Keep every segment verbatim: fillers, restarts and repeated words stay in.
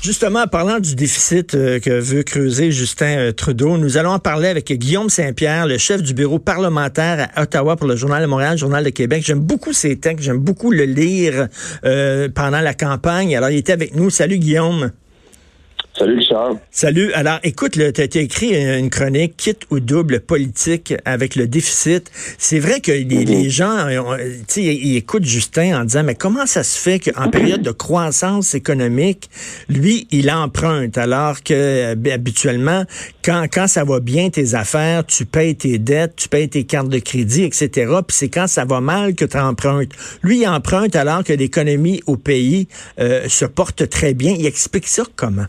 Justement, en parlant du déficit euh, que veut creuser Justin euh, Trudeau, nous allons en parler avec Guillaume Saint-Pierre, le chef du bureau parlementaire à Ottawa pour le Journal de Montréal, Journal de Québec. J'aime beaucoup ses textes, j'aime beaucoup le lire euh, pendant la campagne. Alors, il était avec nous. Salut, Guillaume. Salut, Richard. Salut. Alors, écoute, tu as écrit une chronique kit ou double politique avec le déficit. C'est vrai que les, mm-hmm. les gens, tu sais, ils écoutent Justin en disant, mais comment ça se fait qu'en période de croissance économique, lui, il emprunte, alors que habituellement, quand, quand ça va bien tes affaires, tu payes tes dettes, tu payes tes cartes de crédit, et cetera. Puis c'est quand ça va mal que tu empruntes. Lui, il emprunte alors que l'économie au pays euh, se porte très bien. Il explique ça comment?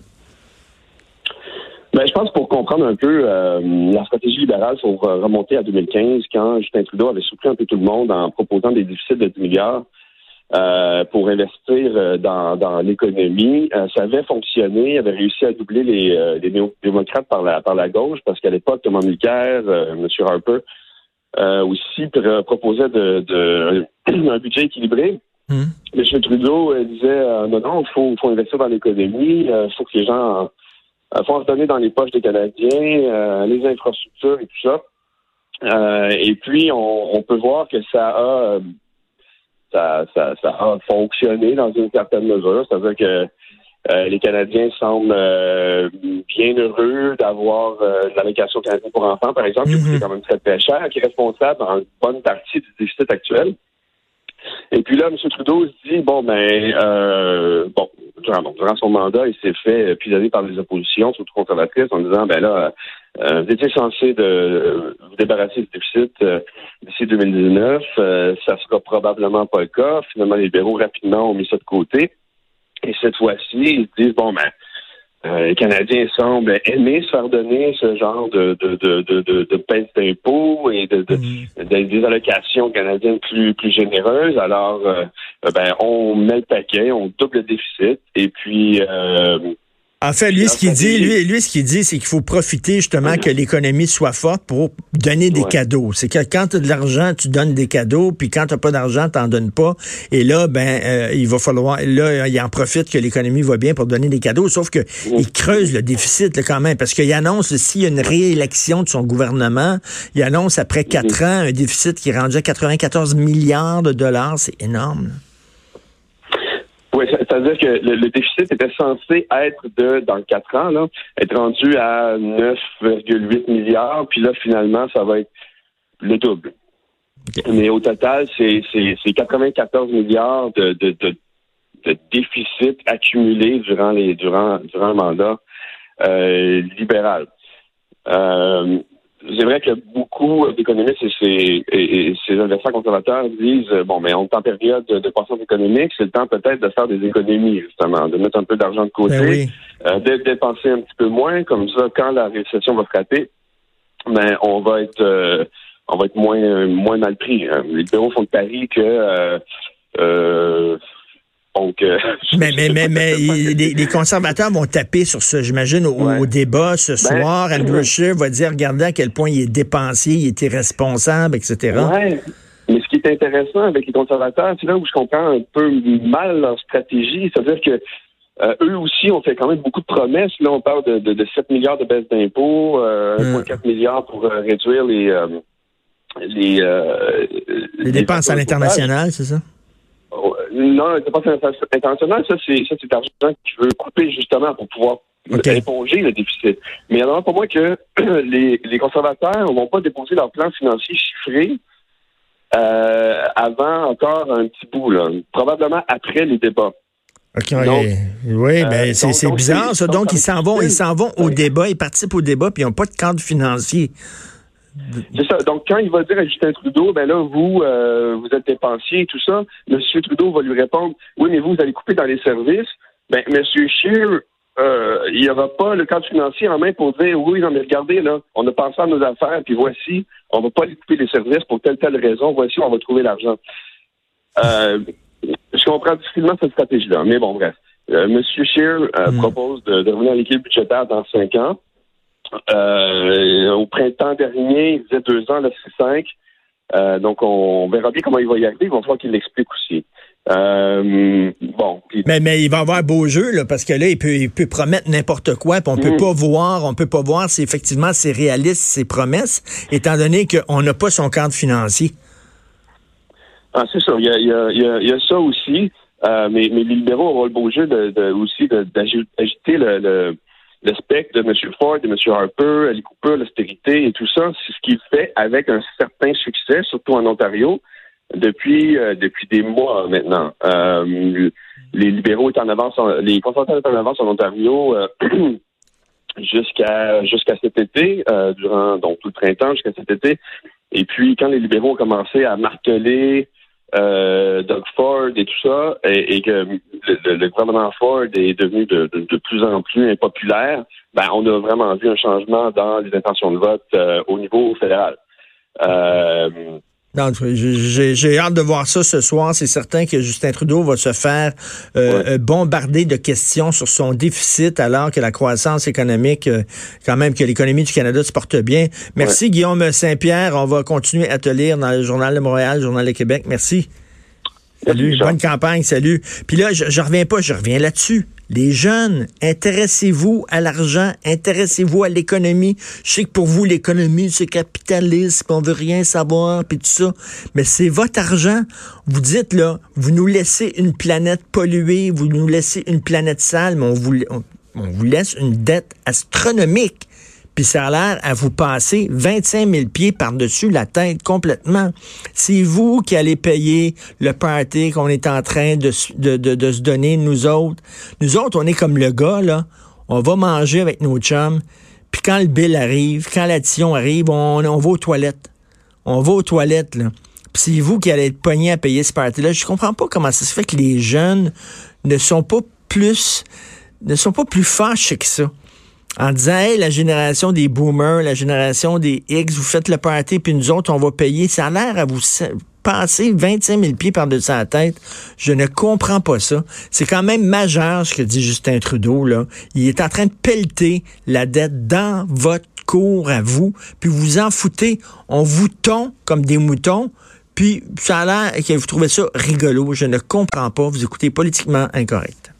Ben, je pense pour comprendre un peu euh, la stratégie libérale, il faut remonter à deux mille quinze, quand Justin Trudeau avait surpris un peu tout le monde en proposant des déficits de dix milliards euh, pour investir dans, dans l'économie. Euh, ça avait fonctionné, il avait réussi à doubler les, euh, les néo-démocrates par la, par la gauche, parce qu'à l'époque, Thomas Mulcair, euh, M. Harper, euh, aussi pr- proposait de, de, un budget équilibré. Mmh. M. Trudeau euh, disait euh, non, non, il faut, faut investir dans l'économie, il euh, faut que les gens... Il faut en se donner dans les poches des Canadiens, euh, les infrastructures et tout ça. Euh, et puis, on, on peut voir que ça a, euh, ça, ça, ça a fonctionné dans une certaine mesure. C'est-à-dire que euh, les Canadiens semblent euh, bien heureux d'avoir euh, l'allocation canadienne pour enfants, par exemple, mm-hmm. qui est quand même très, très cher, qui est responsable en bonne partie du déficit actuel. Et puis là, M. Trudeau se dit, bon, ben, euh, bon, durant, bon, durant son mandat, il s'est fait piloter par les oppositions, surtout conservatrices, en disant, ben là, euh, vous étiez censé de vous débarrasser du déficit euh, d'ici deux mille dix-neuf, euh, ça sera probablement pas le cas. Finalement, les libéraux, rapidement, ont mis ça de côté. Et cette fois-ci, ils se disent, bon, ben, Euh, les Canadiens semblent aimer se faire donner ce genre de de de de de, de baisse d'impôts et de, de, mmh. de des allocations canadiennes plus plus généreuses. Alors, euh, ben on met le paquet, on double le déficit et puis. Euh, En fait, lui, ce qu'il dit, lui, lui, ce qu'il dit, c'est qu'il faut profiter justement que l'économie soit forte pour donner des ouais. cadeaux. C'est que quand tu as de l'argent, tu donnes des cadeaux, puis quand tu n'as pas d'argent, tu n'en donnes pas. Et là, ben, euh, il va falloir, là, il en profite que l'économie va bien pour donner des cadeaux. Sauf que ouais. il creuse le déficit là, quand même, parce qu'il annonce s'il y a une réélection de son gouvernement, il annonce après quatre ouais. ans un déficit qui est rendu à quatre-vingt-quatorze milliards de dollars. C'est énorme. Oui, c'est-à-dire que le, le déficit était censé être de, dans quatre ans, là, être rendu à neuf virgule huit milliards, puis là, finalement, ça va être le double. Okay. Mais au total, c'est, c'est, c'est quatre-vingt-quatorze milliards de, de, de, de déficit accumulé durant les, durant, durant le mandat euh, libéral. Euh, C'est vrai que beaucoup d'économistes et ces, et, et ces investisseurs conservateurs disent bon, mais on est en période de, de croissance économique, c'est le temps peut-être de faire des économies, justement, de mettre un peu d'argent de côté, ben oui. euh, de dépenser un petit peu moins, comme ça, quand la récession va frapper, ben on va être euh, on va être moins moins mal pris. Hein. Les bureaux font de pari que euh, euh, Donc, euh, mais mais mais, mais les, les conservateurs vont taper sur ça, j'imagine, au, ouais. au débat ce soir. Ben, Andrew Scheer va dire, regardez à quel point il est dépensier, il est irresponsable, et cetera. Ouais. Mais ce qui est intéressant avec les conservateurs, c'est là où je comprends un peu mal leur stratégie, c'est-à-dire que euh, eux aussi ont fait quand même beaucoup de promesses. Là, on parle de, de, de sept milliards de baisse d'impôts, euh, un virgule quatre milliards pour euh, réduire les euh, les, euh, les les dépenses à l'international, c'est ça? Non, les dépenses internationales, ça c'est ça c'est l'argent qui veut couper justement pour pouvoir okay. éponger le déficit. Mais alors pour moi que les, les conservateurs ne vont pas déposer leur plan financier chiffré euh, avant encore un petit bout, là, probablement après les débats. OK. Donc, oui, euh, ben c'est, donc, c'est donc, bizarre, c'est, ça. Donc, ils s'en vont, ils s'en vont au débat, ils participent au débat, puis ils n'ont pas de cadre financier. C'est ça. Donc, quand il va dire à Justin Trudeau, ben là, vous, euh, vous êtes dépensier et tout ça, M. Trudeau va lui répondre, oui, mais vous, vous allez couper dans les services. Ben, M. Scheer, euh, il n'y aura pas le cadre financier en main pour dire, oui, non, mais regardez, là, on a pensé à nos affaires, puis voici, on va pas aller couper les services pour telle, telle raison, voici, on va trouver l'argent. Euh, je comprends difficilement cette stratégie-là, mais bon, bref. Euh, M. Scheer euh, mmh. propose de, de revenir à l'équilibre budgétaire dans cinq ans. Euh, au printemps dernier, il disait deux ans, là, c'est cinq. Euh, donc, on verra bien comment il va y arriver. Il va falloir qu'il l'explique aussi. Euh, bon. Pis... Mais, mais il va avoir beau jeu, là, parce que là, il peut, il peut promettre n'importe quoi, puis on peut mmh. pas voir, on peut pas voir si effectivement c'est réaliste, ses promesses, étant donné qu'on n'a pas son cadre financier. Ah, c'est ça. Il y a, il y a, il y a, il y a ça aussi. Euh, mais, mais les libéraux auront le beau jeu de, de, aussi de, d'agiter le, le, le spectre de M. Ford, de M. Harper, Ali Cooper, l'austérité et tout ça. C'est ce qu'il fait avec un certain succès, surtout en Ontario, depuis euh, depuis des mois maintenant. Euh, les libéraux étaient en avance, en, les conservateurs étaient en avance en Ontario euh, jusqu'à jusqu'à cet été, euh, durant donc tout le printemps jusqu'à cet été. Et puis quand les libéraux ont commencé à marteler Euh, Doug Ford et tout ça, et, et que le, le gouvernement Ford est devenu de, de, de plus en plus impopulaire, ben on a vraiment vu un changement dans les intentions de vote euh, au niveau fédéral. Euh, Non, j'ai, j'ai hâte de voir ça ce soir. C'est certain que Justin Trudeau va se faire euh, ouais. bombarder de questions sur son déficit alors que la croissance économique, euh, quand même que l'économie du Canada se porte bien. Merci ouais. Guillaume Saint-Pierre. On va continuer à te lire dans le Journal de Montréal, le Journal de Québec. Merci. Salut, Merci, bonne campagne, salut. Puis là, je, je reviens pas, je reviens là-dessus. Les jeunes, intéressez-vous à l'argent, intéressez-vous à l'économie. Je sais que pour vous, l'économie, c'est capitaliste, on veut rien savoir, puis tout ça. Mais c'est votre argent. Vous dites, là, vous nous laissez une planète polluée, vous nous laissez une planète sale, mais on vous, on, on vous laisse une dette astronomique. Puis ça a l'air à vous passer vingt-cinq mille pieds par-dessus la tête complètement. C'est vous qui allez payer le party qu'on est en train de, de, de, de se donner, nous autres. Nous autres, on est comme le gars, là. On va manger avec nos chums. Puis quand le bill arrive, quand l'addition arrive, on, on va aux toilettes. On va aux toilettes, là. Puis c'est vous qui allez être pognés à payer ce party-là. Je comprends pas comment ça se fait que les jeunes ne sont pas plus, ne sont pas plus fâchés que ça. En disant, hey, la génération des boomers, la génération des X, vous faites le party, puis nous autres, on va payer. Ça a l'air à vous passer vingt-cinq mille pieds par-dessus la tête. Je ne comprends pas ça. C'est quand même majeur ce que dit Justin Trudeau, là. Il est en train de pelleter la dette dans votre cour à vous, puis vous en foutez. On vous tond comme des moutons, puis ça a l'air que vous trouvez ça rigolo. Je ne comprends pas. Vous écoutez Politiquement Incorrect.